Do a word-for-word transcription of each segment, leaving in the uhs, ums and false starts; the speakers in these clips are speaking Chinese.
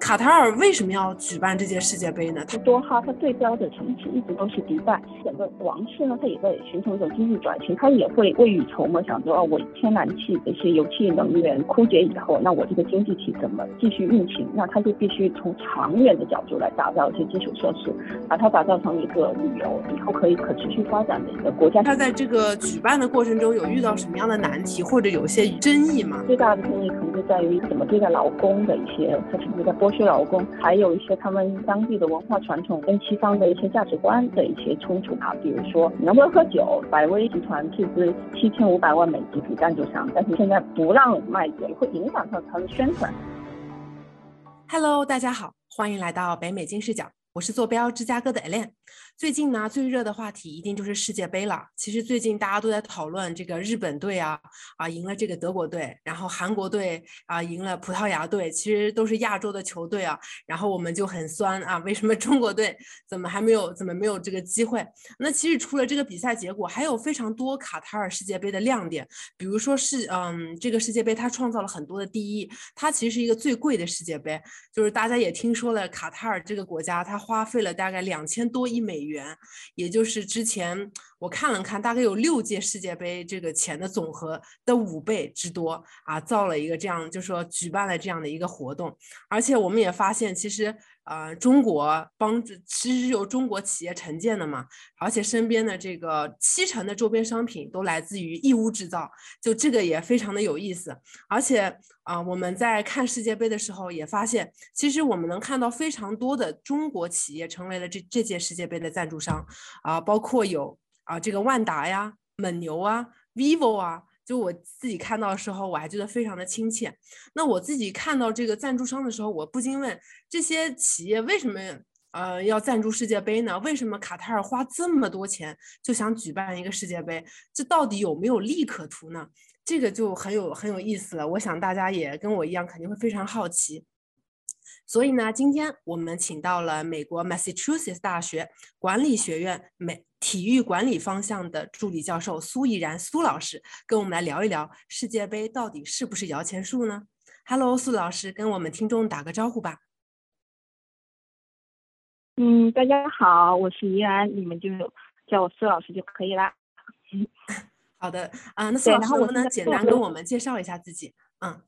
卡塔尔为什么要举办这届世界杯呢？ 多哈它对标的城市一直都是迪拜，整个王室呢，它也在寻求一种经济转型，它也会未雨绸缪，想着哦，我天然气这些油气能源枯竭以后，那我这个经济体怎么继续运行？那它就必须从长远的角度来打造一些基础设施，把它打造成一个旅游以后可以可持续发展的一个国家。 它在这个举办的过程中有遇到什么样的难题或者有些争议吗？ 最大的争议可能就在于怎么对待劳工的一些，它是不是在剥削劳工，还有一些他们当地的文化传统跟西方的一些价值观的一些冲突啊，比如说能不能喝酒，百威集团斥资七千五百万美金给赞助商，但是现在不让卖酒，会影响到他的宣传。 Hello， 大家好，欢迎来到北美金视角，我是坐标芝加哥的 Elaine。最近呢，最热的话题一定就是世界杯了。其实最近大家都在讨论这个日本队啊啊赢了这个德国队，然后韩国队啊赢了葡萄牙队，其实都是亚洲的球队啊。然后我们就很酸啊，为什么中国队怎么还没有怎么没有这个机会？那其实除了这个比赛结果，还有非常多卡塔尔世界杯的亮点，比如说是嗯这个世界杯它创造了很多的第一，它其实是一个最贵的世界杯，就是大家也听说了卡塔尔这个国家，它花费了大概两千多亿美元。元，也就是之前我看了看，大概有六届世界杯这个钱的总和的五倍之多啊，造了一个这样，就说举办了这样的一个活动。而且我们也发现，其实呃，中国帮其实是由中国企业承建的嘛，而且身边的这个七成的周边商品都来自于义乌制造，就这个也非常的有意思。而且啊、呃，我们在看世界杯的时候也发现，其实我们能看到非常多的中国企业成为了这这届世界杯的赞助商啊、呃，包括有啊、呃、这个万达呀、蒙牛啊、vivo 啊。就我自己看到的时候，我还觉得非常的亲切。那我自己看到这个赞助商的时候，我不禁问：这些企业为什么呃要赞助世界杯呢？为什么卡塔尔花这么多钱就想举办一个世界杯？这到底有没有利可图呢？这个就很有很有意思了。我想大家也跟我一样，肯定会非常好奇。所以呢，今天我们请到了美国 Massachusetts 大学管理学院美体育管理方向的助理教授苏怡然苏老师，跟我们来聊一聊世界杯到底是不是摇钱树呢 ？Hello， 苏老师，跟我们听众打个招呼吧。 嗯，大家好，我是怡然，你们就叫我苏老师就可以啦。 好的，啊、呃，那苏老师能不能简单跟我们介绍一下自己？嗯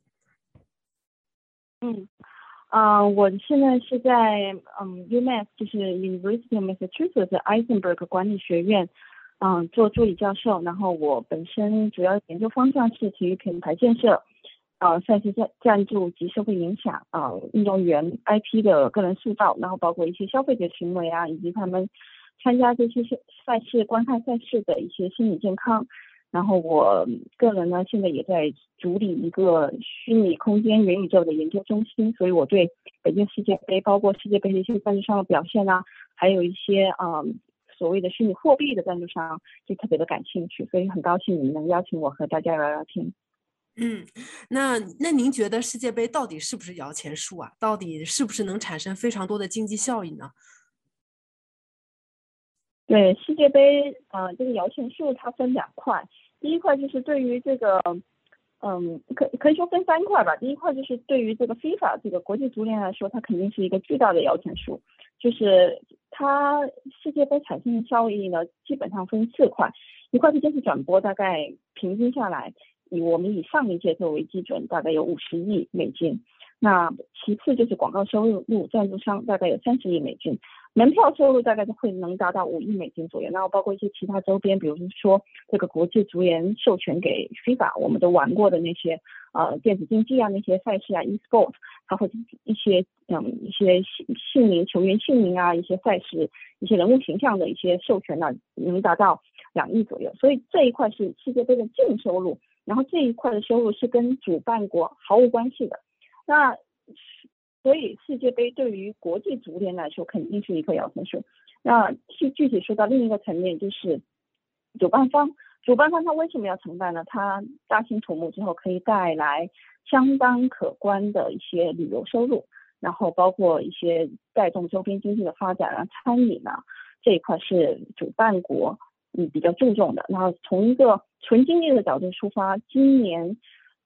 嗯。啊、呃，我现在是在嗯 U M A S， 就是 University of Massachusetts Eisenberg 管理学院，嗯、呃，做助理教授。然后我本身主要研究方向是体育品牌建设，呃，赛事赞赞助及社会影响，呃，运动员 I P 的个人塑造，然后包括一些消费者行为啊，以及他们参加这些赛事、观看赛事的一些心理健康。然后我个人呢，现在也在主理一个虚拟空间元宇宙的研究中心，所以我对北京世界杯，包括世界杯的一些赞助商的表现啊，还有一些嗯所谓的虚拟货币的赞助商，就特别的感兴趣，所以很高兴你们能邀请我和大家聊聊天。 嗯，那那您觉得世界杯到底是不是摇钱树啊？到底是不是能产生非常多的经济效益呢？ 对，世界杯，呃，这个摇钱树它分两块，第一块就是对于这个，嗯，可可以说分三块吧。第一块就是对于这个 FIFA 这个国际足联来说，它肯定是一个巨大的摇钱树，就是它世界杯产生的效益呢，基本上分四块，一块是电视转播，大概平均下来，以我们以上一届作为基准，大概有五十亿美金。那其次就是广告收入，赞助商大概有三十亿美金。门票收入大概会能达到五亿美金左右，然后包括一些其他周边，比如说这个国际足联授权给 FIFA 我们都玩过的那些呃电子竞技啊，那些赛事啊 e-sport， 它会一些嗯一些姓名球员姓名啊，一些赛事一些人物形象的一些授权呢、啊，能达到两亿左右，所以这一块是世界杯的净收入，然后这一块的收入是跟主办国毫无关系的。那所以世界杯对于国际足联来说肯定是一棵摇钱树。那具具体说到另一个层面，就是主办方，主办方他为什么要承办呢？他大兴土木之后可以带来相当可观的一些旅游收入，然后包括一些带动周边经济的发展啊、餐饮啊，这一块是主办国嗯比较注重的。然后从一个纯经济的角度出发，今年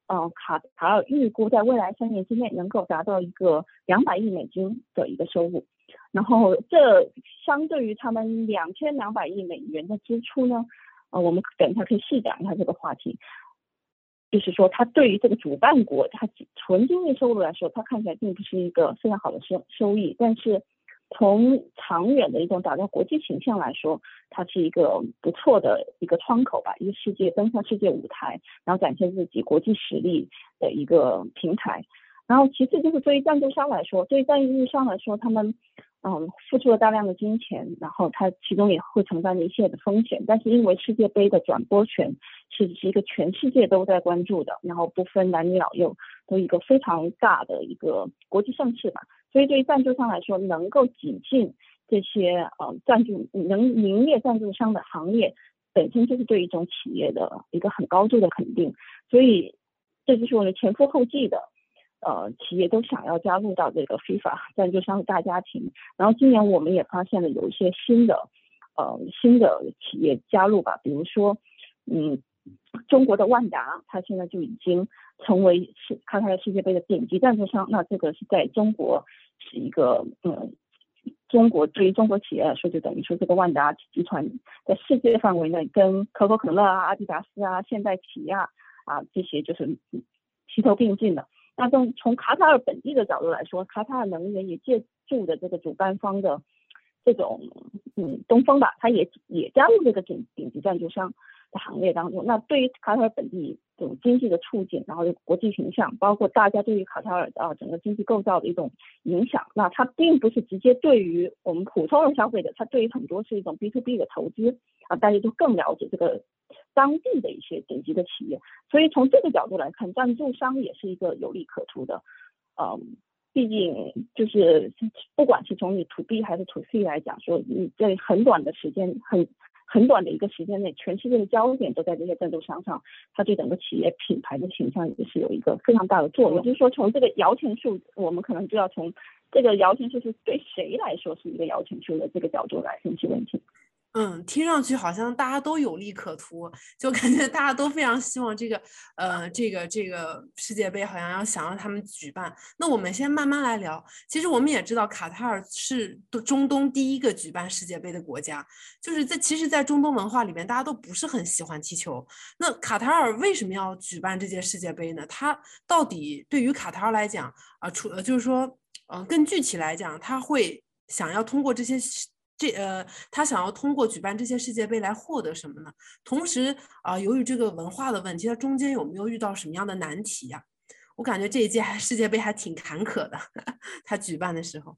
呃，卡塔尔预估在未来三年之内能够达到一个两百亿美金的一个收入，然后这相对于他们两千两百亿美元的支出呢，呃，我们等一下可以细讲一下这个话题。就是说，它对于这个主办国，它纯经济收入来说，它看起来并不是一个非常好的收收益，但是从长远的一种打造国际形象来说，它是一个不错的一个窗口吧，一个世界登上世界舞台，然后展现自己国际实力的一个平台。然后其次就是对于赞助商来说，对于赞助商来说，他们嗯付出了大量的金钱，然后他其中也会承担一切的风险，但是因为世界杯的转播权是是一个全世界都在关注的，然后不分男女老幼，都一个非常大的一个国际盛事吧，所以对于赞助商来说，能够挤进这些呃赞助能名列赞助商的行业，本身就是对一种企业的一个很高度的肯定，所以这就是我们前赴后继的。呃，企业都想要加入到这个 FIFA 赞助商的大家庭，然后今年我们也发现了有一些新的呃新的企业加入吧，比如说，嗯，中国的万达，它现在就已经成为是卡塔尔世界杯的顶级赞助商，那这个是在中国是一个嗯。中国对于中国企业来说，就等于说这个万达集团在世界范围内跟可口可乐啊、阿迪达斯啊、现代起亚啊这些就是齐头并进的。那从从卡塔尔本地的角度来说，卡塔尔能源也借助的这个主办方的这种嗯东风吧，它也也加入这个顶顶级赞助商的行列当中。那对于卡塔尔本地这种经济的促进，然后国际形象，包括大家对于卡塔尔啊整个经济构造的一种影响，那它并不是直接对于我们普通的消费者，它对于很多是一种 B to B 的投资啊，大家就更了解这个当地的一些顶级的企业，所以从这个角度来看，赞助商也是一个有利可图的，嗯，毕竟就是不管是从你 to B 还是 to C 来讲，说你在很短的时间，很很短的一个时间内，全世界的焦点都在这些赞助商上，它对整个企业品牌的形象也是有一个非常大的作用。就是说，从这个摇钱树，我们可能就要从这个摇钱树是对谁来说是一个摇钱树的这个角度来分析问题。 嗯，听上去好像大家都有利可图，就感觉大家都非常希望这个，呃，这个这个世界杯好像要想让他们举办。那我们先慢慢来聊。其实我们也知道，卡塔尔是中东第一个举办世界杯的国家，就是在其实，在中东文化里面，大家都不是很喜欢踢球。那卡塔尔为什么要举办这届世界杯呢？它到底对于卡塔尔来讲啊，除了就是说，呃，更具体来讲，他会想要通过这些。这呃，他想要通过举办这些世界杯来获得什么呢？同时啊、呃，由于这个文化的问题，它中间有没有遇到什么样的难题呀、啊？我感觉这一届世界杯还挺坎坷的，他举办的时候。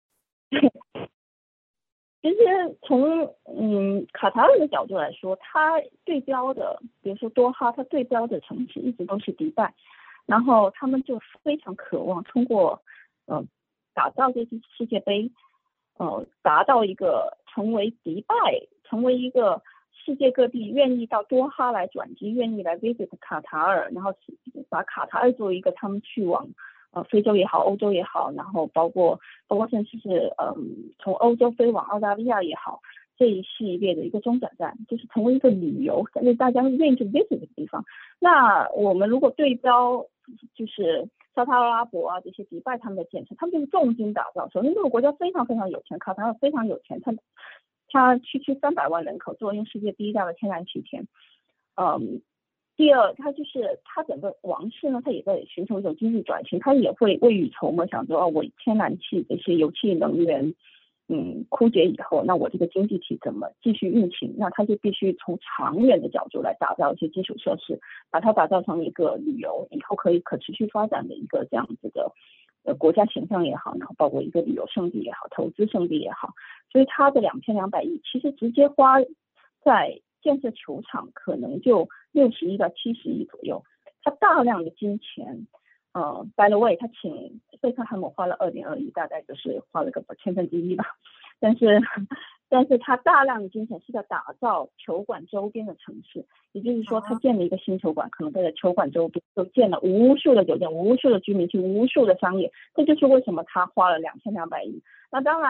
其实从嗯卡塔尔的角度来说，它对标的，比如说多哈，它对标的城市一直都是迪拜，然后他们就非常渴望通过呃打造这次世界杯。呃，达到一个成为迪拜，成为一个世界各地愿意到多哈来转机，愿意来 visit 卡塔尔，然后把卡塔尔作为一个他们去往呃非洲也好，欧洲也好，然后包括包括甚至是嗯从欧洲飞往澳大利亚也好，这一系列的一个中转站，就是成为一个旅游，但是大家愿意去 visit 的地方。那我们如果对标就是沙特阿拉伯啊，这些迪拜他们的建设，他们就是重金打造。首先，这个国家非常非常有钱，卡塔尔非常有钱，它它区区三百万人口，作为世界第一大的天然气田。嗯，第二，它就是它整个王室呢，它也在寻求一种经济转型，它也会未雨绸缪，想说哦，我天然气这些油气能源。嗯，枯竭以后，那我这个经济体怎么继续运行？那它就必须从长远的角度来打造一些基础设施，把它打造成一个旅游以后可以可持续发展的一个这样子的呃国家形象也好，然后包括一个旅游胜地也好，投资胜地也好，所以它的两千两百亿其实直接花在建设球场，可能就六十亿到七十亿左右，它大量的金钱。呃 ，by the way， 他请贝克汉姆花了二点二亿，大概就是花了个千分之一吧。但是，但是他大量的金钱是在打造球馆周边的城市，也就是说，他建了一个新球馆，可能在球馆周边就建了无数的酒店、无数的居民区、无数的商业。这就是为什么他花了两千两百亿。那当然，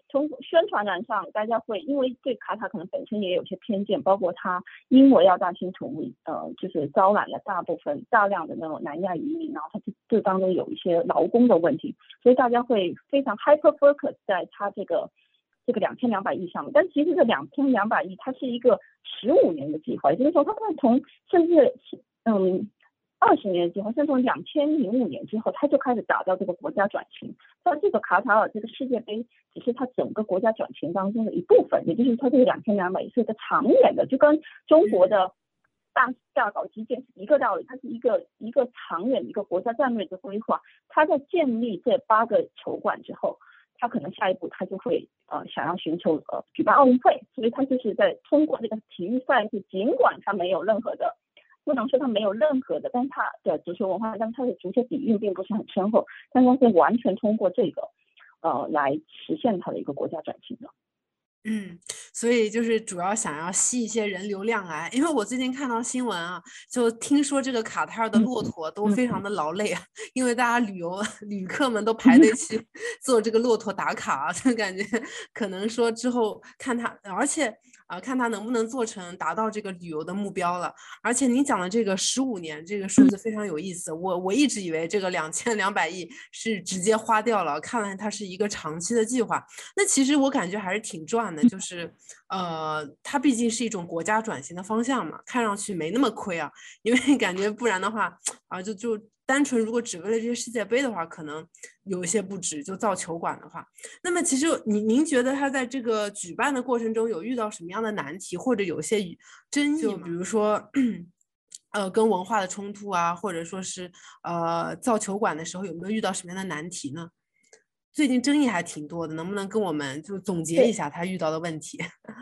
从宣传栏上，大家会因为对卡塔可能本身也有些偏见，包括它因为要大兴土木，呃，就是招揽了大部分大量的那种南亚移民，然后它这这当中有一些劳工的问题，所以大家会非常 hyper focus 在它这个这个两千两百亿上面。但其实这两千两百亿它是一个十五年的计划，也就是说它会从甚至嗯。二十年之后，甚至从两千零五年之后，他就开始打造这个国家转型。那这个卡塔尔这个世界杯只是他整个国家转型当中的一部分，也就是他这个两千两百亿是一个长远的，就跟中国的大大搞基建是一个道理，它是一个一个长远的一个国家战略的规划。他在建立这八个球馆之后，他可能下一步他就会呃想要寻求呃举办奥运会，所以他就是在通过这个体育赛事，尽管他没有任何的。不能说它没有任何的，但是它的足球文化，但它的足球底蕴并不是很深厚，但它是完全通过这个，呃，来实现它的一个国家转型的。 嗯，所以就是主要想要吸一些人流量来，因为我最近看到新闻啊，就听说这个卡塔尔的骆驼都非常的劳累啊，因为大家旅游旅客们都排队去做这个骆驼打卡，就感觉可能说之后看他，而且啊、呃、看他能不能做成达到这个旅游的目标了。而且您讲的这个十五年这个数字非常有意思，我我一直以为这个两千两百亿是直接花掉了，看来它是一个长期的计划。那其实我感觉还是挺赚的。就是呃，它毕竟是一种国家转型的方向嘛，看上去没那么亏啊。因为感觉不然的话啊，就就单纯如果只为了这些世界杯的话，可能有一些不值。就造球馆的话，那么其实您您觉得他在这个举办的过程中有遇到什么样的难题，或者有些争议吗？就比如说。呃，跟文化的冲突啊，或者说是呃造球馆的时候有没有遇到什么样的难题呢？最近争议还挺多的，能不能跟我们就总结一下他遇到的问题？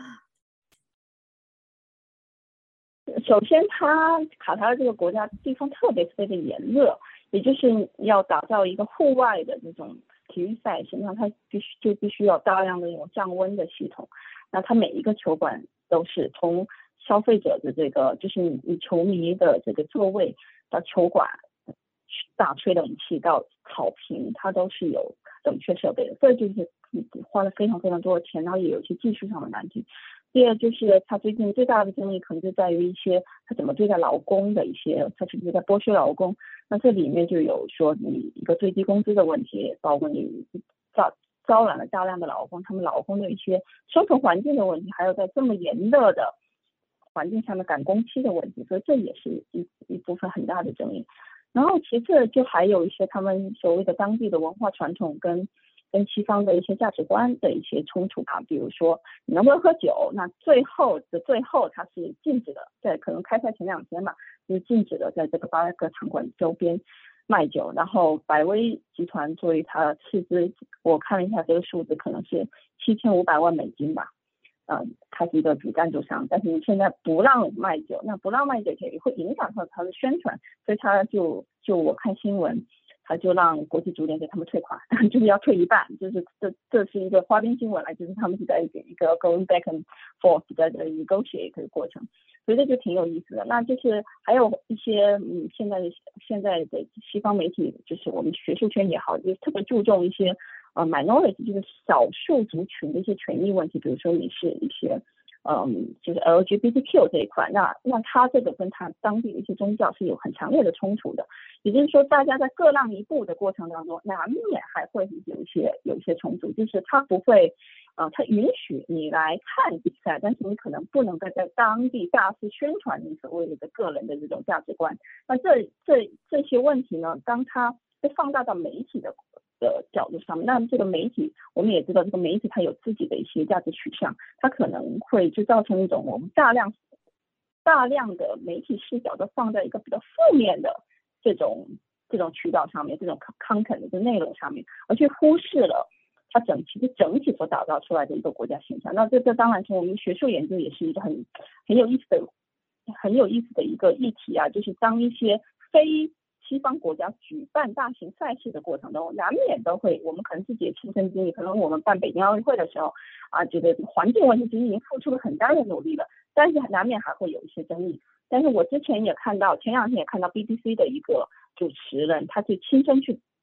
首先，它卡塔尔这个国家地方特别特别的炎热，也就是要打造一个户外的这种体育赛事，那它必须就必须要大量的这种降温的系统。那它每一个球馆都是从消费者的这个，就是你你球迷的这个座位到球馆大吹冷气到草坪，它都是有冷却设备的，这就是花了非常非常多的钱，然后也有一些技术上的难题。第二就是他最近最大的争议可能就在于一些他怎么对待劳工的一些，他是不是在剥削劳工？那这里面就有说你一个最低工资的问题，包括你招招揽了大量的劳工，他们劳工的一些生存环境的问题，还有在这么炎热的环境下面赶工期的问题，所以这也是一一部分很大的争议。然后其次就还有一些他们所谓的当地的文化传统跟跟西方的一些价值观的一些冲突吧，比如说你能不能喝酒，那最后的最后它是禁止的，在可能开赛前两天嘛，就是禁止的在这个八个场馆周边卖酒。然后百威集团作为它斥资，我看了一下这个数字可能是七千五百万美金吧。嗯、呃，它是一个主赞助商，但是你现在不让卖酒，那不让卖酒也会影响到它的宣传，所以他就就我看新闻，他就让国际足联给他们退款，就是要退一半，就是这这是一个花边新闻来，就是他们是在一个一个 going back and forth 在这 negotiate 的过程，所以这就挺有意思的。那就是还有一些嗯，现在的现在的西方媒体，就是我们学术圈也好，就特别注重一些。呃 minority 就是少数族群的一些权益问题，比如说你是一些嗯，就是 L G B T Q 这一块，那那它这个跟它当地的一些宗教是有很强烈的冲突的，也就是说大家在各让一步的过程当中，难免还会有一些有一些冲突，就是它不会呃，它允许你来看比赛，但是你可能不能够在当地大肆宣传你所谓的个人的这种价值观。那这这这些问题呢，当它被放大到媒体的的角度上面，那这个媒体我们也知道，这个媒体它有自己的一些价值取向，它可能会就造成一种我们大量大量的媒体视角都放在一个比较负面的这种这种渠道上面，这种 content 的内容上面，而去忽视了它整体的整体所打造出来的一个国家形象。那这这当然从我们学术研究也是一个很很有意思的很有意思的一个议题啊，就是当一些非西方国家举办大型赛事的过程中，难免都会，我们可能自己的亲身经历，可能我们办北京奥运会的时候啊，这个环境问题其实已经付出了很大的努力了，但是难免还会有一些争议。但是我之前也看到，前两天也看到 B B C 的一个主持人，他就亲身去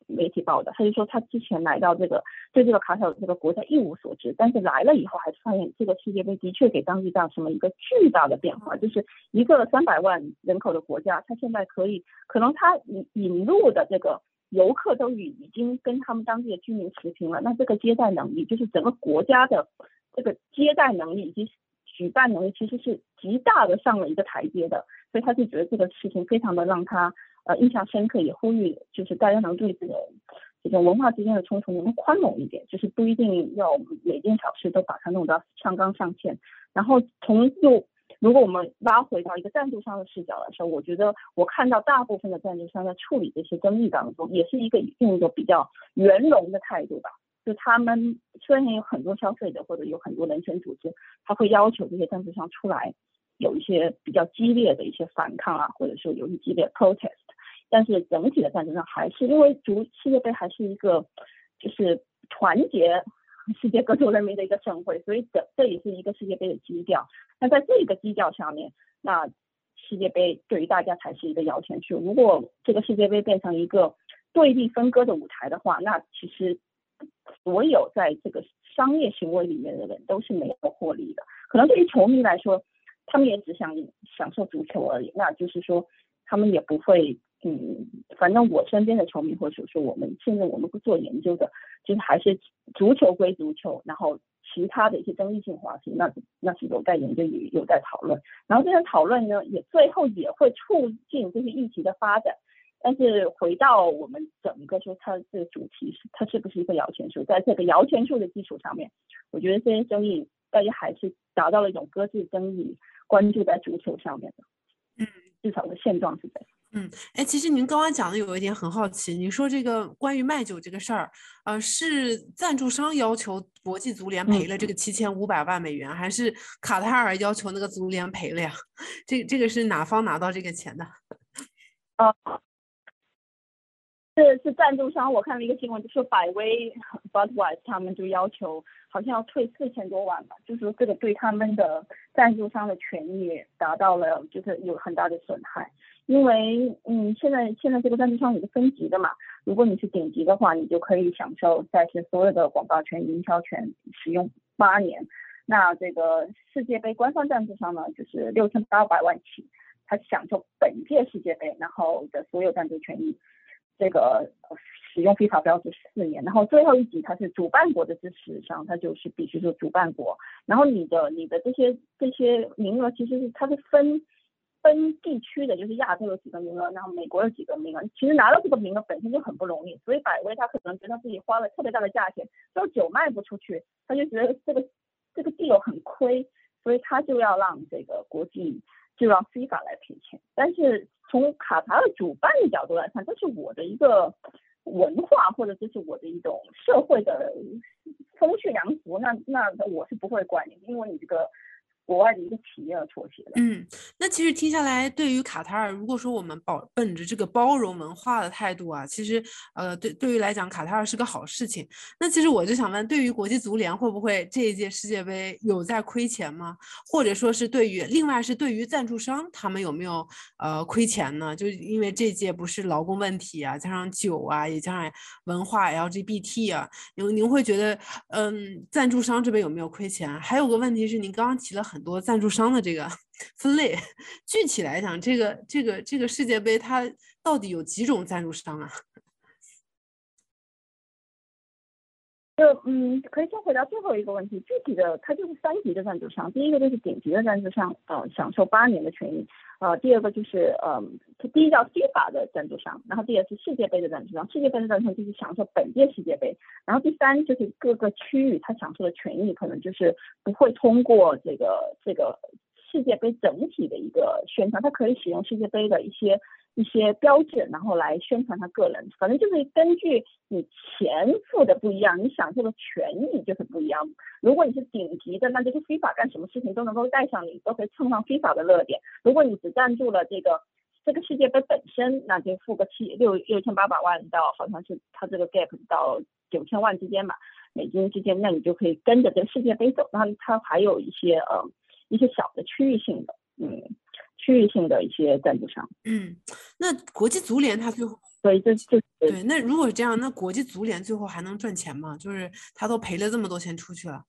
媒体报道，他就说他之前来到这个对这个卡塔尔这个国家一无所知，但是来了以后还是发现这个世界杯的确给当地造成了一个巨大的变化，就是一个三百万人口的国家，他现在可以可能他引引入的这个游客都已已经跟他们当地的居民持平了，那这个接待能力，就是整个国家的这个接待能力以及举办能力其实是极大的上了一个台阶的，所以他就觉得这个事情非常的让他呃印象深刻，也呼吁就是大家能对这个这种文化之间的冲突能宽容一点，就是不一定要每件小事都把它弄到上纲上线。然后从又如果我们拉回到一个赞助商的视角来说，我觉得我看到大部分的赞助商在处理这些争议当中，也是一个用一个比较圆融的态度吧。就他们虽然有很多消费者或者有很多人权组织，他会要求这些赞助商出来有一些比较激烈的一些反抗啊，或者说有一些激烈的 protest， 但是整体的赞助商还是因为足世界杯还是一个就是团结世界各族人民的一个盛会，所以这这也是一个世界杯的基调。那在这个基调下面，那世界杯对于大家才是一个摇钱树。如果这个世界杯变成一个对立分割的舞台的话，那其实所有在这个商业行为里面的人都是没有获利的。可能对于球迷来说，他们也只想享受足球而已，那就是说他们也不会嗯，反正我身边的球迷或者说我们现在我们做研究的，就是还是足球归足球，然后其他的一些争议性话题，那那是有待研究，也有待讨论。然后这些讨论呢，也最后也会促进这些议题的发展。但是回到我们整个说它这个主题是它是不是一个摇钱树，在这个摇钱树的基础上面，我觉得这些争议大家还是达到了一种搁置争议，关注在足球上面的。 嗯， 至少的现状是这样。 嗯，哎，其实您刚刚讲的有一点很好奇，您说这个关于卖酒这个事儿，呃，是赞助商要求国际足联赔了这个七千五百万美元，还是卡塔尔要求那个足联赔了呀？这这个是哪方拿到这个钱的？ 呃，是是赞助商，我看了一个新闻，就说百威 Budweiser 他们就要求好像要退四千多万吧，就是说这个对他们的赞助商的权益达到了就是有很大的损害。因为嗯，现在现在这个赞助商也是分级的嘛，如果你是顶级的话，你就可以享受赛事所有的广告权、营销权使用八年。那这个世界杯官方赞助商呢，就是六千八百万起，他享受本届世界杯然后的所有赞助权益。这个使用非法标志四年，然后最后一级它是主办国的支持商，它就是必须说主办国，然后你的你的这些这些名额其实是它是分分地区的，就是亚洲有几个名额，然后美国有几个名额，其实拿到这个名额本身就很不容易，所以百威他可能觉得自己花了特别大的价钱，就酒卖不出去，他就觉得这个这个 deal 很亏，所以他就要让这个国际就让 FIFA 来赔钱。但是从卡塔尔主办的角度来看，这是我的一个文化，或者这是我的一种社会的风序良俗，那那我是不会管你，因为你这个国外的一个企业而妥协的。 嗯，那其实听下来，对于卡塔尔，如果说我们保本着这个包容文化的态度啊，其实呃，对对于来讲，卡塔尔是个好事情。那其实我就想问，对于国际足联会不会这一届世界杯有在亏钱吗？或者说是对于另外是对于赞助商，他们有没有呃亏钱呢？就因为这届不是劳工问题啊，加上酒啊，也加上文化 L G B T 啊，您您会觉得嗯，赞助商这边有没有亏钱？还有个问题是，您刚刚提了很多赞助商的这个分类，具体来讲，这个这个这个世界杯它到底有几种赞助商啊？ 就嗯，可以先回答最后一个问题，具体的它就是三级的赞助商，第一个就是顶级的赞助商，呃，享受八年的权益，呃，第二个就是呃，第一叫 FIFA 的赞助商，然后第二是世界杯的赞助商，世界杯的赞助商就是享受本届世界杯，然后第三就是各个区域它享受的权益可能就是不会通过这个这个世界杯整体的一个宣传，它可以使用世界杯的一些。一些标志，然后来宣传他个人，反正就是根据你钱付的不一样，你享受的权益就是不一样。如果你是顶级的，那就是 FIFA 干什么事情都能够带上你，都可以蹭上 FIFA 的热点。如果你只赞助了这个这个世界杯本身，那就付个七六六千八百万到好像是他这个 gap 到九千万之间嘛，美金之间，那你就可以跟着这个世界杯走。那它还有一些呃一些小的区域性的，嗯。 区域性的一些赞助商。 嗯，那国际足联它最后， 所以这这对，那如果这样，那国际足联最后还能赚钱吗？就是他都赔了这么多钱出去了。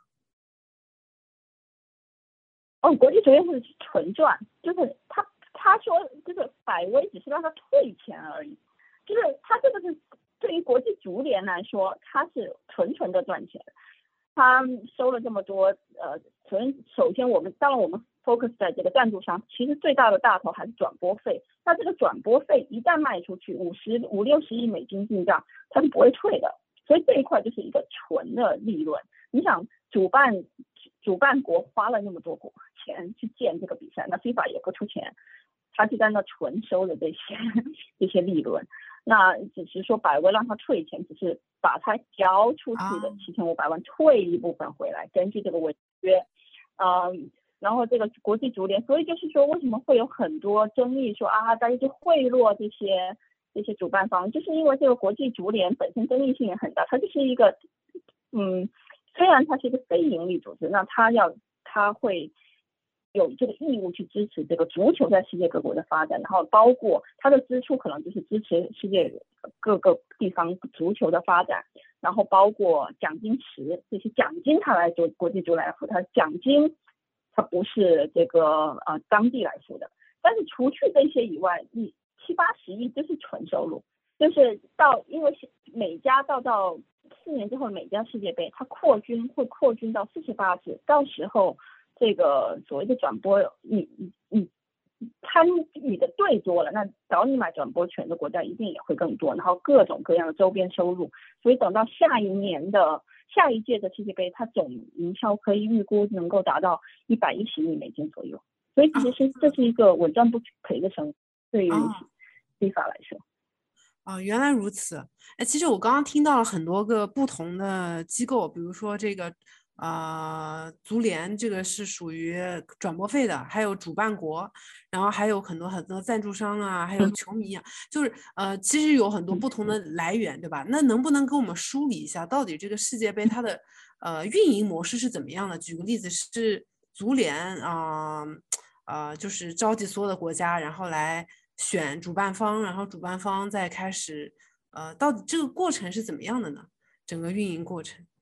哦，国际足联是纯赚，就是他他说就是百威只是让他退钱而已，就是他这个是对于国际足联来说，他是纯纯的赚钱。他收了这么多，呃，首先首先我们当然我们 focus 在这个赞助商，其实最大的大头还是转播费。那这个转播费一旦卖出去，五十五六十亿美金进账，它是不会退的。所以这一块就是一个纯的利润。你想主办主办国花了那么多钱去建这个比赛，那 FIFA 也不出钱，他就在那纯收的这些这些利润。那只是说百威让他退钱，只是把他交出去的七千五百万退一部分回来，根据这个违约，嗯，然后这个国际足联，所以就是说为什么会有很多争议说啊，大家就贿赂这些这些主办方，就是因为这个国际足联本身争议性也很大，它就是一个嗯，虽然它是一个非盈利组织，那它要它会有这个义务去支持这个足球在世界各国的发展，然后包括它的支出可能就是支持世界各个地方足球的发展，然后包括奖金池这些奖金它来做国际足联来付，它奖金它不是这个呃当地来付的，但是除去这些以外，一七八十亿就是纯收入，就是到因为每家到到四年之后每家世界杯它扩军会扩军到四十八支，到时候这个所谓的转播，你你你参与的队多了，那找你买转播权的国家一定也会更多，然后各种各样的周边收入，所以等到下一年的下一届的世界杯，它总营销可以预估能够达到一百一十亿美金左右，所以其实这是一个稳赚不赔的生意，对于 FIFA 来说。 哦，原来如此。哎，其实我刚刚听到了很多个不同的机构，比如说这个呃足联，这个是属于转播费的，还有主办国，然后还有很多很多赞助商啊，还有球迷啊，就是呃其实有很多不同的来源，对吧？那能不能给我们梳理一下，到底这个世界杯它的呃运营模式是怎么样的？举个例子，是足联啊呃，呃就是召集所有的国家，然后来选主办方，然后主办方再开始，呃，到底这个过程是怎么样的呢？整个运营过程，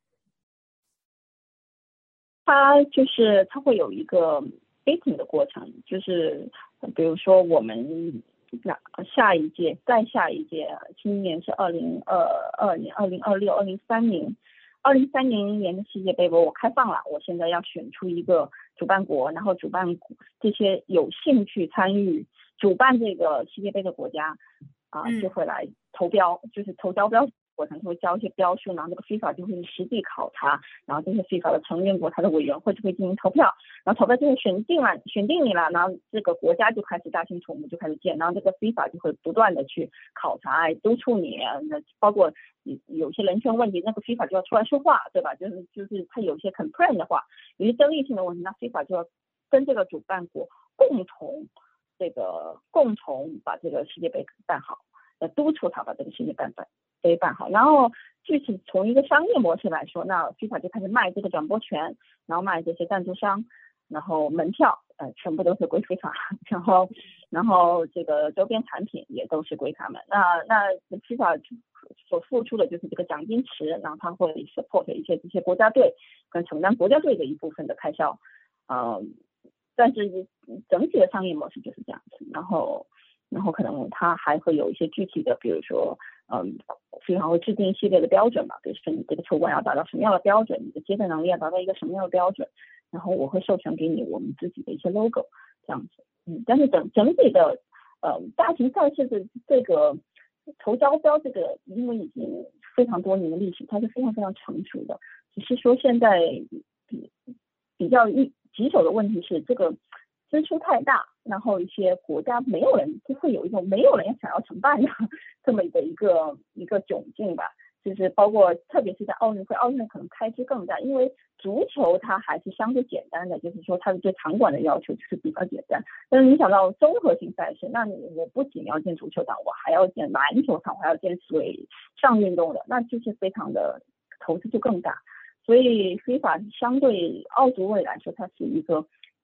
它就是它会有一个 bidding 的过程，就是比如说我们下一届，再下一届，今年是二零二二年、二零二六、二零三零、二零三零年的世界杯，我开放了，我现在要选出一个主办国，然后主办这些有兴趣参与主办这个世界杯的国家啊、呃，就会来投标，就是投招标过程会交一些标书，然后这个 FIFA 就会实地考察，然后这些 FIFA 的成员国它的委员会就会进行投票，然后投票就会选定了，选定你了，然后这个国家就开始大兴土木就开始建，然后这个 FIFA 就会不断的去考察督促你，那包括有些人权问题，那个 FIFA 就要出来说话，对吧？就是就是他有些 complain 的话，有些争议性的问题，那 FIFA 就要跟这个主办国共同这个共同把这个世界杯办好，呃，督促他把这个世界杯办杯办好。然后具体从一个商业模式来说，那 FIFA 就开始卖这个转播权，然后卖这些赞助商，然后门票，呃，全部都是归 FIFA， 然后然后这个周边产品也都是归他们。那那 FIFA 所付出的就是这个奖金池，然后他会 support 一些这些国家队，跟承担国家队的一部分的开销，呃，但是整体的商业模式就是这样子。然后然后可能它还会有一些具体的，比如说，嗯，非常会制定一系列的标准嘛，比如说你这个球馆要达到什么样的标准，你的接待能力要达到一个什么样的标准，然后我会授权给你我们自己的一些 logo 这样子，嗯，但是整整体的，呃，大型赛事的这个投招标这个，因为已经非常多年的历史，它是非常非常成熟的，只是说现在比比较一棘手的问题是这个支出太大，然后一些国家没有人就会有一种没有人想要承办的这么的一个一个窘境吧，就是包括特别是在奥运会，奥运会可能开支更大，因为足球它还是相对简单的，就是说它的对场馆的要求就是比较简单，但是你想到综合性赛事，那你我不仅要建足球场，我还要建篮球场，我还要建水上运动的，那就是非常的投资就更大，所以 FIFA 相对奥组委来说，它是一个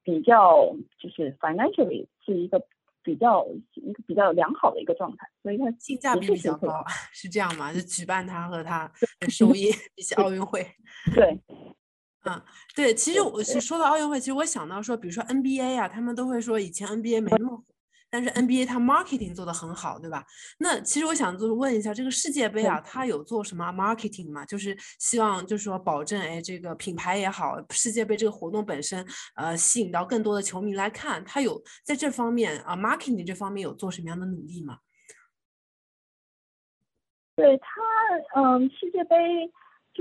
比较就是 financially 是一个比较一个比较良好的一个状态，所以它性价比比较高，是这样吗？就举办它和它的收益比起奥运会。 对。 嗯，对，其实我是说到奥运会，其实我想到说，比如说 N B A 啊，他们都会说以前 N B A 没那么火，但是 N B A 它 marketing 做得很好，对吧？那其实我想就是问一下，这个世界杯啊，它有做什么 marketing 吗？就是希望就是说保证，哎，这个品牌也好，世界杯这个活动本身，呃，吸引到更多的球迷来看，它有在这方面啊 marketing 这方面有做什么样的努力吗？ 对它，嗯，世界杯就是。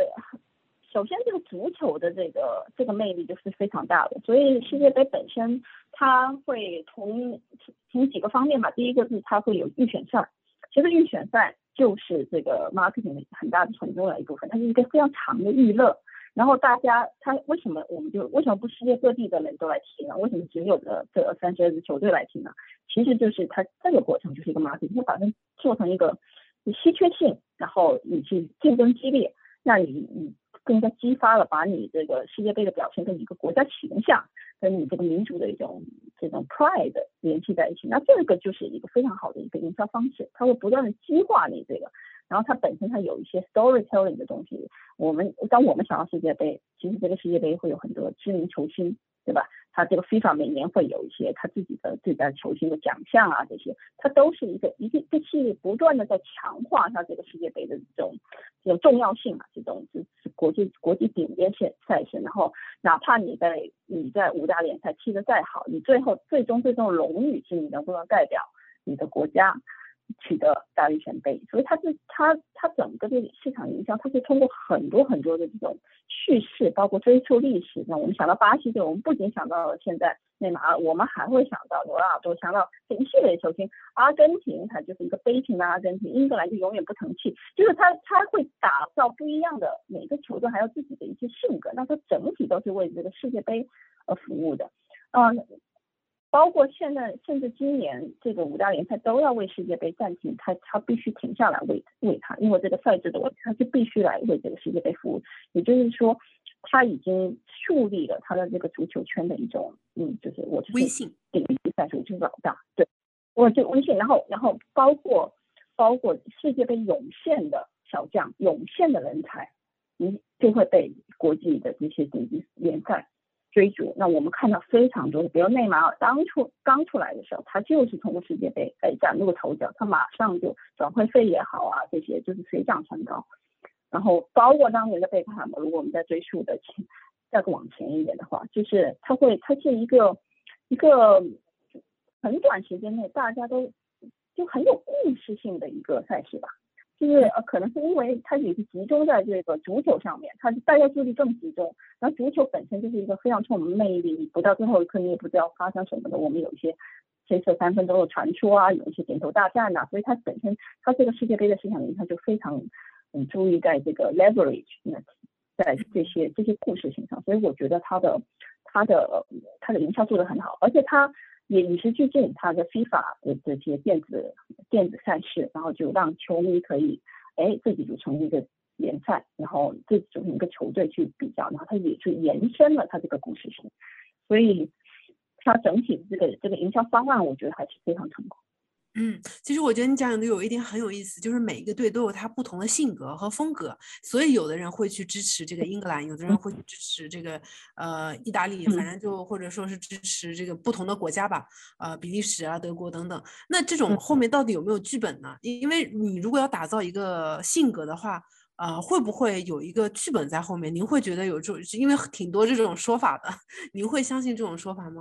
首先，这个足球的这个这个魅力就是非常大的，所以世界杯本身它会从从几个方面吧。第一个是它会有预选赛，其实预选赛就是这个 marketing 的很大的很重要的一部分，它是一个非常长的预热。然后大家，它为什么我们就为什么不世界各地的人都来踢呢？为什么只有的这三十二支球队来踢呢？其实就是它这个过程就是一个 marketing，它把它做成一个稀缺性，然后以及竞争激烈，让你你。更加激发了把你这个世界杯的表现跟一个国家形象跟你这个民族的一种这种 pride 联系在一起，那这个就是一个非常好的一个营销方式，它会不断的激化你这个，然后它本身它有一些 storytelling 的东西。我们当我们想到世界杯，其实这个世界杯会有很多知名球星，对吧？他这个 FIFA 每年会有一些他自己的最佳球星的奖项啊，这些它都是一个一个一个系列不断的在强化它这个世界杯的这种这种重要性啊，这种是国际国际顶尖赛赛事。然后哪怕你在你在五大联赛踢得再好，你最后最终最终荣誉是你能不能代表你的国家取得大力神杯。所以它是它它整个这个市场营销，它是通过很多很多的这种叙事，包括追溯历史。那我们想到巴西队，我们不仅想到了现在内马尔，我们还会想到罗纳尔多，想到一系列球星。阿根廷它就是一个悲情的阿根廷，英格兰就永远不成器，就是它它会打造不一样的，每个球队还有自己的一些性格，那它整体都是为这个世界杯而服务的。嗯、呃。包括现在，甚至今年这个五大联赛都要为世界杯暂停，他他必须停下来为为他，因为这个赛制的问题，他是必须来为这个世界杯服务。也就是说，他已经树立了他的这个足球圈的一种，嗯，就是我是微信顶级赛事，我就是老大，对，我就微信，然后然后包括包括世界杯涌现的小将，涌现的人才，你就会被国际的这些顶级联赛追逐。那我们看到非常多的，比如内马尔当初刚出来的时候，他就是通过世界杯哎崭露头角，他马上就转会费也好啊，这些就是水涨船高。然后包括当年的贝克汉姆，如果我们再追溯的前再往前一点的话，就是他会他是一个一个很短时间内大家都就很有故事性的一个赛事吧。就是呃，可能是因为它也是集中在这个足球上面，它大家注意力更集中。然后足球本身就是一个非常充满魅力，你不到最后一刻你也不知道发生什么的。我们有一些黑色三分钟的传说啊，有一些点球大战啊，所以它本身它这个世界杯的市场营销就非常嗯注意在这个 leverage 在这些这些故事性上，所以我觉得它的它的它的营销做得很好，而且它也与时俱进，它的 FIFA 的这些电子电子赛事，然后就让球迷可以哎自己组成一个联赛，然后自己组成一个球队去比较，然后它也去延伸了它这个故事性，所以它整体这个这个营销方案，我觉得还是非常成功。 嗯，其实我觉得你讲的有一点很有意思，就是每一个队都有它不同的性格和风格，所以有的人会去支持这个英格兰，有的人会去支持这个呃意大利，反正就或者说是支持这个不同的国家吧，呃比利时啊、德国等等。那这种后面到底有没有剧本呢？因为你如果要打造一个性格的话，呃，会不会有一个剧本在后面？您会觉得有这种，因为挺多这种说法的，您会相信这种说法吗？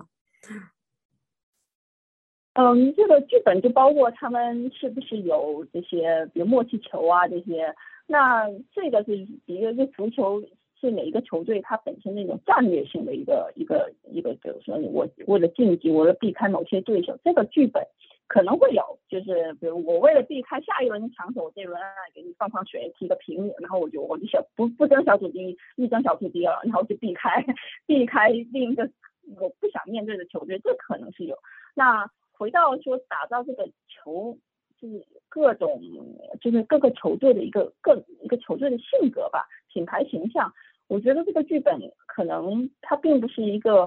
嗯，这个剧本就包括他们是不是有这些，比如默契球啊这些。那这个是一个，就足球是每一个球队它本身那种战略性的一个一个一个，比如说我为了晋级，我为了避开某些对手，这个剧本可能会有，就是比如我为了避开下一轮抢手，我这轮给你放放水，踢个平，然后我就我就小不不争小组第一，一争小组第二，然后就避开避开另一个我不想面对的球队，这可能是有。那回到说打造这个球，就是各种就是各个球队的一个各一个球队的性格吧，品牌形象。我觉得这个剧本可能它并不是一个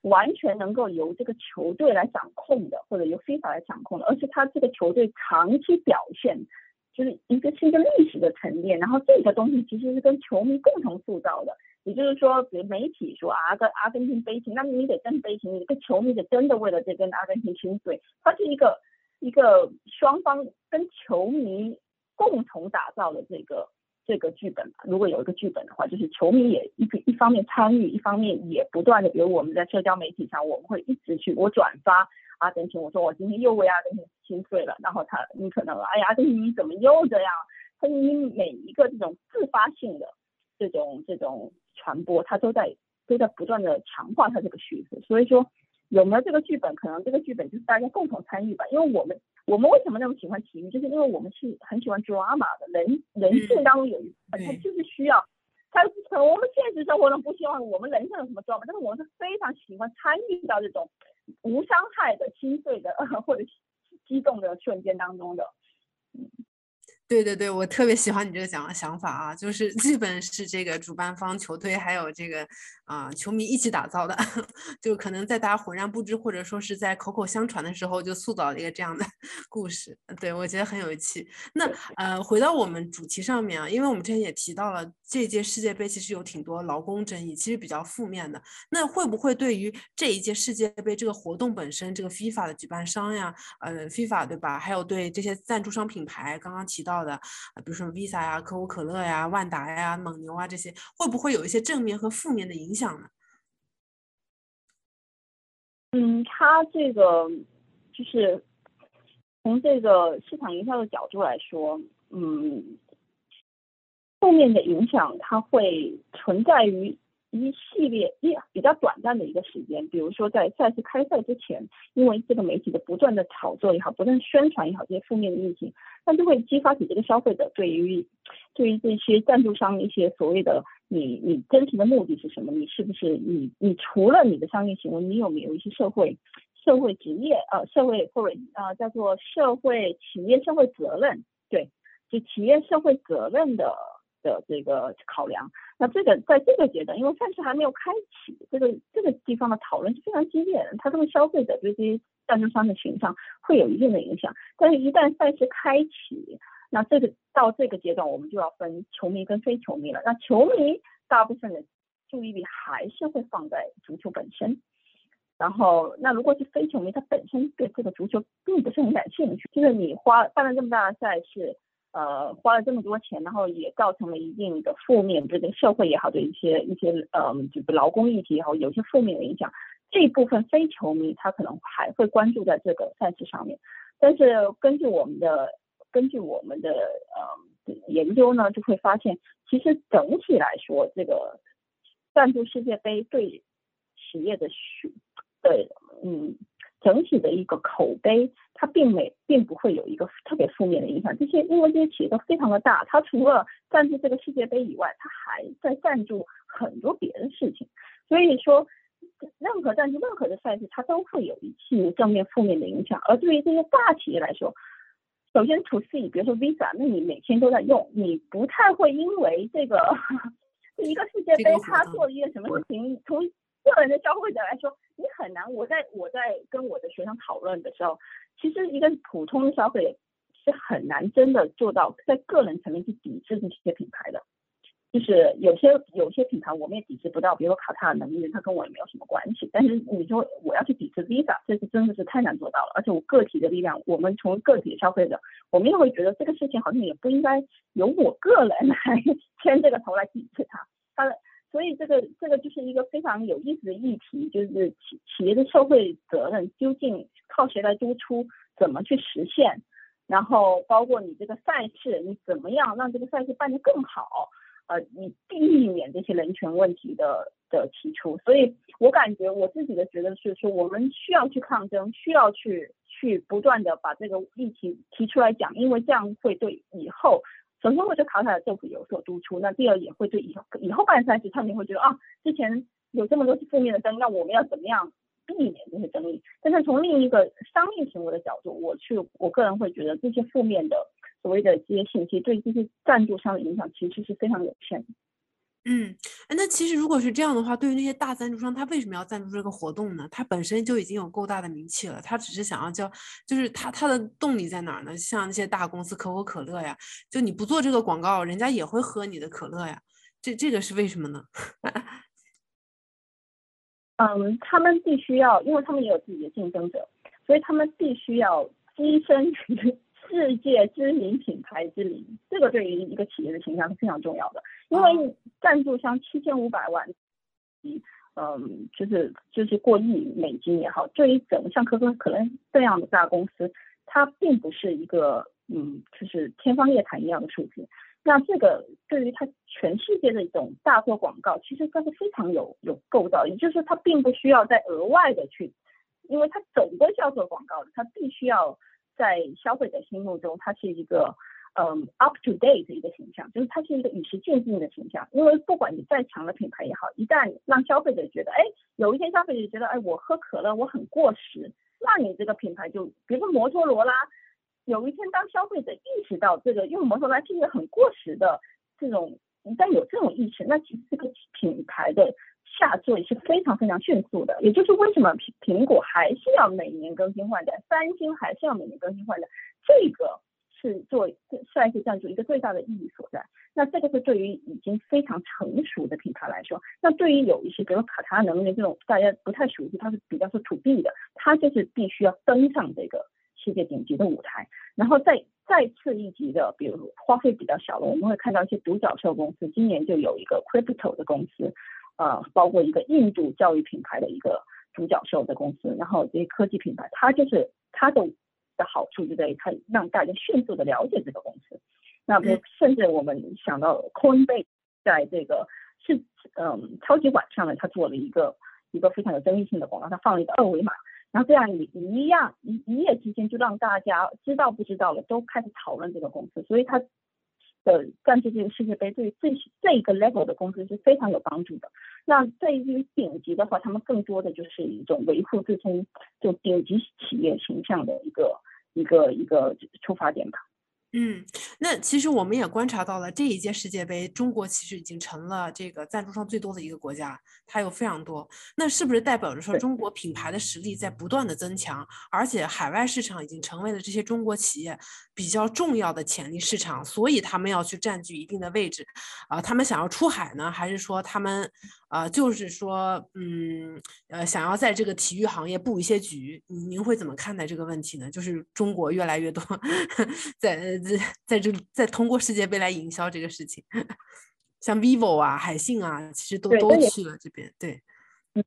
完全能够由这个球队来掌控的，或者由 FIFA 来掌控的，而是他这个球队长期表现，就是一个是一个历史的沉淀，然后这个东西其实是跟球迷共同塑造的。也就是说，比如媒体说啊，跟阿根廷悲情，那你得真悲情，你这个球迷得真的为了这跟阿根廷心碎，它是一个一个双方跟球迷共同打造的这个这个剧本。如果有一个剧本的话，就是球迷也一一方面参与，一方面也不断的，比如我们在社交媒体上，我们会一直去我转发阿根廷，我说我今天又为阿根廷心碎了，然后他你可能哎呀，阿根廷你怎么又这样？他你每一个这种自发性的这种这种传播，它都在都在不断的强化它这个叙事。所以说有没有这个剧本，可能这个剧本就是大家共同参与吧。因为我们我们为什么那么喜欢体育，就是因为我们是很喜欢 drama 的，人人性当中有一部分它就是需要，它可能我们现实生活中不希望我们人生有什么 drama， 但是我们是非常喜欢参与到这种无伤害的心碎的、呃、或者激动的瞬间当中的。嗯对对对，我特别喜欢你这个讲的想法啊，就是基本是这个主办方、球队还有这个啊、呃、球迷一起打造的，就可能在大家浑然不知或者说是在口口相传的时候，就塑造了一个这样的故事。对，我觉得很有趣。那呃，回到我们主题上面啊，因为我们之前也提到了这届世界杯其实有挺多劳工争议，其实比较负面的。那会不会对于这一届世界杯这个活动本身，这个 FIFA 的举办商呀，呃，FIFA 对吧？还有对这些赞助商品牌，刚刚提到的，比如说 Visa 呀、可口可乐呀、万达呀、蒙牛啊这些，会不会有一些正面和负面的影响呢？ 嗯，它这个就是从这个市场营销的角度来说，嗯，负面的影响它会存在于一系列一比较短暂的一个时间，比如说在赛事开赛之前，因为这个媒体的不断的炒作也好，不断宣传也好，这些负面的议题，那就会激发起这个消费者对于对于这些赞助商一些所谓的你你真实的目的是什么？你是不是你你除了你的商业行为，你有没有一些社会社会职业呃社会或者呃叫做社会企业社会责任？对，就企业社会责任的的这个考量。那这个在这个阶段，因为赛事还没有开启，这个这个地方的讨论是非常激烈的，它对消费者对这些赞助商的形象会有一定的影响。但是，一旦赛事开启，那这个到这个阶段，我们就要分球迷跟非球迷了。那球迷大部分的注意力还是会放在足球本身。然后，那如果是非球迷，他本身对这个足球并不是很感兴趣，就是你花办了这么大的赛事，呃，花了这么多钱，然后也造成了一定的负面，对这个社会也好，对一些一些呃，就是劳工议题也好，有些负面的影响。这一部分非球迷他可能还会关注在这个赛事上面，但是根据我们的根据我们的呃研究呢，就会发现，其实整体来说，这个赞助世界杯对企业的需的嗯整体的一个口碑，它并没并不会有一个特别负面的影响。这些因为这些企业都非常的大，它除了赞助这个世界杯以外，它还在赞助很多别的事情。所以说，任何赞助任何的赛事，它都会有一些正面负面的影响。而对于这些大企业来说，首先 to C， 比如说 Visa， 那你每天都在用，你不太会因为这个一个世界杯它做了一个什么事情，从个人的消费者来说，你很难。我在我在跟我的学生讨论的时候，其实一个普通的消费者是很难真的做到在个人层面去抵制这些品牌的。就是有些有些品牌我们也抵制不到，比如说卡塔尔能源，它跟我也没有什么关系。但是你说我要去抵制 Visa， 这是真的是太难做到了。而且我个体的力量，我们从个体的消费者，我们也会觉得这个事情好像也不应该由我个人来牵这个头来抵制它。它所以这个这个就是一个非常有意思的议题，就是企企业的社会责任究竟靠谁来督促，怎么去实现，然后包括你这个赛事，你怎么样让这个赛事办得更好。呃，你避免这些人权问题的的提出。所以我感觉我自己的觉得是说，我们需要去抗争，需要去去不断的把这个议题提出来讲，因为这样会对以后，首先会对卡塔尔政府有所督促，那第二也会对以后以后办赛事，他们会觉得啊，之前有这么多负面的争议，那我们要怎么样避免这些争议？但是从另一个商业行为的角度，我去我个人会觉得这些负面的所谓的这些信息对这些赞助商的影响其实是非常有限的。 嗯，哎那其实如果是这样的话，对于那些大赞助商，他为什么要赞助这个活动呢？他本身就已经有够大的名气了，他只是想要叫，就是他他的动力在哪儿呢？像那些大公司可口可乐呀，就你不做这个广告，人家也会喝你的可乐呀，这这个是为什么呢？ 嗯，他们必须要，因为他们也有自己的竞争者，所以他们必须要跻身于世界知名品牌之林。这个对于一个企业的形象是非常重要的，因为赞助商七千五百万，嗯，就是就是过亿美金也好，对于整个像可口可乐这样的大公司，它并不是一个嗯，就是天方夜谭一样的数字。那这个对于它全世界的一种大做广告，其实它是非常有有构造，也就是说它并不需要再额外的去，因为它总归是要做广告的，它必须要在消费者心目中，它是一个嗯 up to date 的一个形象，就是它是一个与时俱进的形象。因为不管你再强的品牌也好，一旦让消费者觉得，哎，有一天消费者觉得，哎，我喝可乐我很过时，那你这个品牌就，比如说摩托罗拉。有一天，当消费者意识到这个用摩托罗拉是一个很过时的这种，一旦有这种意识，那其实这个品牌的下坠是非常非常迅速的。也就是为什么苹苹果还是要每年更新换代，三星还是要每年更新换代，这个是做下一次赞助一个最大的意义所在。那这个是对于已经非常成熟的品牌来说，那对于有一些，比如卡塔尔能源这种大家不太熟悉，它是比较是 to B 的，它就是必须要登上这个世界顶级的舞台，然后再再次一级的，比如花费比较小的，我们会看到一些独角兽公司，今年就有一个 Crypto 的公司，呃，包括一个印度教育品牌的一个独角兽的公司，然后这些科技品牌，它就是它的的好处就在于它让大家迅速的了解这个公司。那比如甚至我们想到 Coinbase 在这个是嗯超级晚上呢，它做了一个一个非常有争议性的广告，它放了一个二维码。然后这样一一样一一夜之间就让大家知道不知道了都开始讨论这个公司，所以它的赞助这个世界杯对这这一个 level 的公司是非常有帮助的。那对于顶级的话，他们更多的就是一种维护自身就顶级企业形象的一个一个一个出发点吧。 嗯，那其实我们也观察到了，这一届世界杯，中国其实已经成了这个赞助商最多的一个国家，它有非常多。那是不是代表着说，中国品牌的实力在不断的增强，而且海外市场已经成为了这些中国企业比较重要的潜力市场，所以他们要去占据一定的位置？啊、呃，他们想要出海呢，还是说他们呃，就是说，嗯，呃，想要在这个体育行业布一些局？您会怎么看待这个问题呢？就是中国越来越多在在这在通过世界杯来营销这个事情，像 vivo 啊、海信啊，其实都都去了这边。对， 嗯，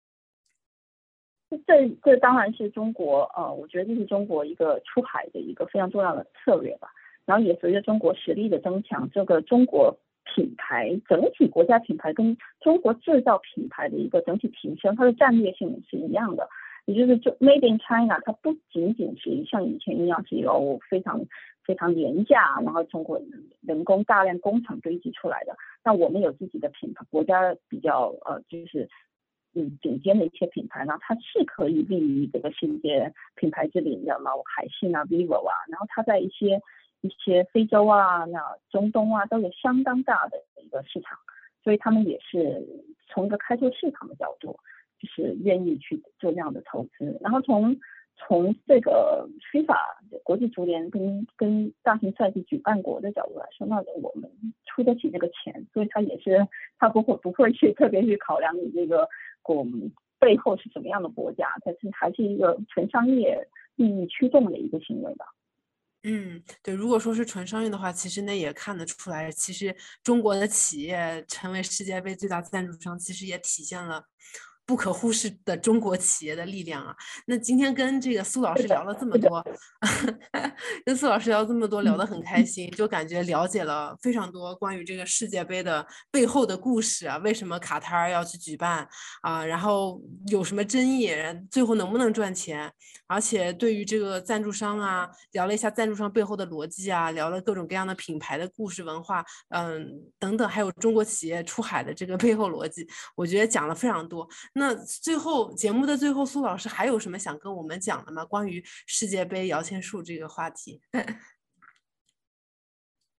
这这当然是中国呃，我觉得这是中国一个出海的一个非常重要的策略吧。然后也随着中国实力的增强，这个中国品牌整体国家品牌跟中国制造品牌的一个整体提升，它的战略性是一样的。也就是就 Made in China， 它不仅仅是像以前一样是有非常非常廉价，然后通过人工大量工厂堆积出来的。那我们有自己的品牌，国家比较呃就是嗯顶尖的一些品牌呢，它是可以立于这个世界品牌之林的，然后海信啊、vivo 啊，然后它在一些一些非洲啊、那中东啊都有相当大的一个市场，所以他们也是从一个开拓市场的角度。就是愿意去做这样的投资，然后从从这个 FIFA 国际足联跟跟大型赛事举办国的角度来说，那我们出得起这个钱，所以他也是他不会不会去特别去考量你这个我们背后是什么样的国家，但是还是一个纯商业利益驱动的一个行为吧。 嗯，对，如果说是纯商业的话，其实那也看得出来，其实中国的企业成为世界杯最大赞助商，其实也体现了不可忽视的中国企业的力量啊。那今天跟这个苏老师聊了这么多，跟苏老师聊这么多，聊得很开心，就感觉了解了非常多关于这个世界杯的背后的故事啊，为什么卡塔尔要去举办啊，然后有什么争议，最后能不能赚钱，而且对于这个赞助商啊，聊了一下赞助商背后的逻辑啊，聊了各种各样的品牌的故事文化，嗯，等等，还有中国企业出海的这个背后逻辑，我觉得讲了非常多。那最后节目的最后，苏老师还有什么想跟我们讲的吗？关于世界杯摇钱树这个话题？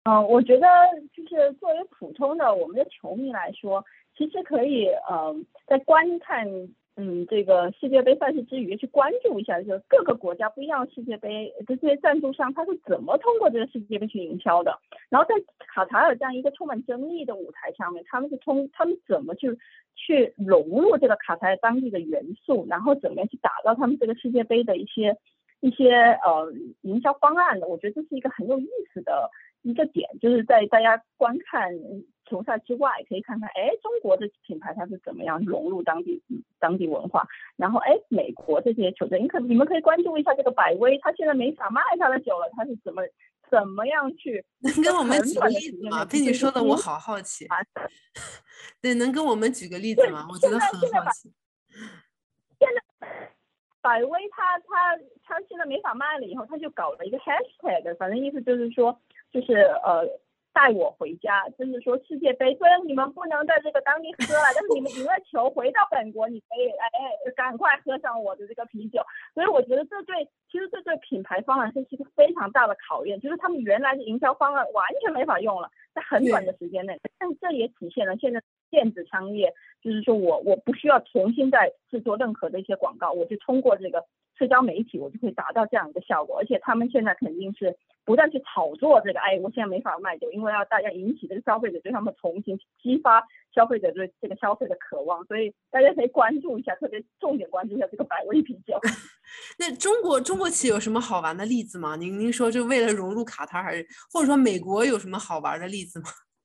嗯，我觉得就是作为普通的我们的球迷来说，其实可以呃在观看嗯这个世界杯赛事之余，去关注一下就是各个国家不一样的世界杯这些赞助商他是怎么通过这个世界杯去营销的。然后在卡塔尔这样一个充满争议的舞台上面，他们是通他们怎么去去融入这个卡塔尔当地的元素，然后怎么样去打造他们这个世界杯的一些一些呃营销方案的。我觉得这是一个很有意思的一个点，就是在大家观看球赛之外，可以看看，哎，中国的品牌它是怎么样融入当地当地文化，然后，哎，美国这些球队，你可你们可以关注一下这个百威，它现在没法卖它的酒了，它是怎么怎么样去能跟我们举个例子吗？被你说的我好好奇。对，能跟我们举个例子吗？我觉得很好奇。 现在百威它它它现在没法卖了以后，它就搞了一个 hashtag， 反正意思就是说，就是呃带我回家，就是说世界杯虽然你们不能在这个当地喝了，但是你们赢了球回到本国，你可以哎哎赶快喝上我的这个啤酒。所以我觉得这对其实这对品牌方来说是一个非常大的考验，就是他们原来的营销方案完全没法用了，在很短的时间内。但这也体现了现在电子商业，就是说我我不需要重新再制作任何的一些广告，我就通过这个社交媒体，我就会达到这样一个效果。而且他们现在肯定是不断去炒作这个，哎，我现在没法卖酒，因为要大家引起这个消费者对他们同情，激发消费者对这个消费的渴望，所以大家可以关注一下，特别重点关注一下这个百威啤酒。 那中国中国企业有什么好玩的例子吗？您您说就为了融入卡塔尔，或者说美国有什么好玩的例子吗？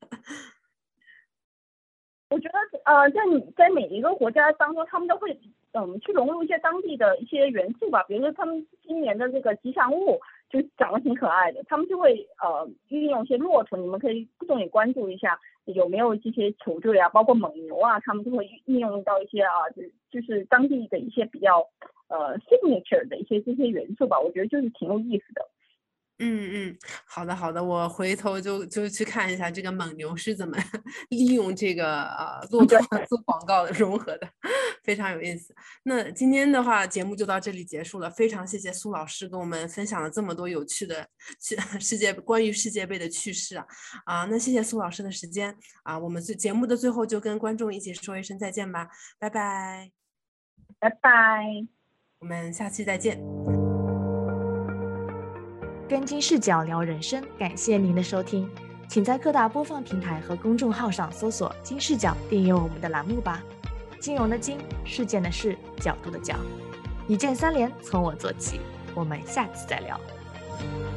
我觉得呃，在在每一个国家当中，他们都会嗯去融入一些当地的一些元素吧。比如说他们今年的这个吉祥物就长得挺可爱的，他们就会呃运用一些骆驼，你们可以重点关注一下有没有这些球队啊，包括蒙牛啊，他们就会运用到一些啊，就是当地的一些比较呃 signature 的一些这些元素吧。我觉得就是挺有意思的。 嗯嗯，好的好的，我回头就就去看一下这个蒙牛是怎么利用这个呃骆驼做广告的融合的，非常有意思。那今天的话节目就到这里结束了，非常谢谢苏老师跟我们分享了这么多有趣的世界关于世界杯的趣事啊啊，那谢谢苏老师的时间啊，我们最节目的最后就跟观众一起说一声再见吧，拜拜， 拜拜， 我们下期再见。 跟金视角聊人生，感谢您的收听，请在各大播放平台和公众号上搜索金视角，订阅我们的栏目吧。金融的金，事件的事，角度的角，一键三连从我做起，我们下次再聊。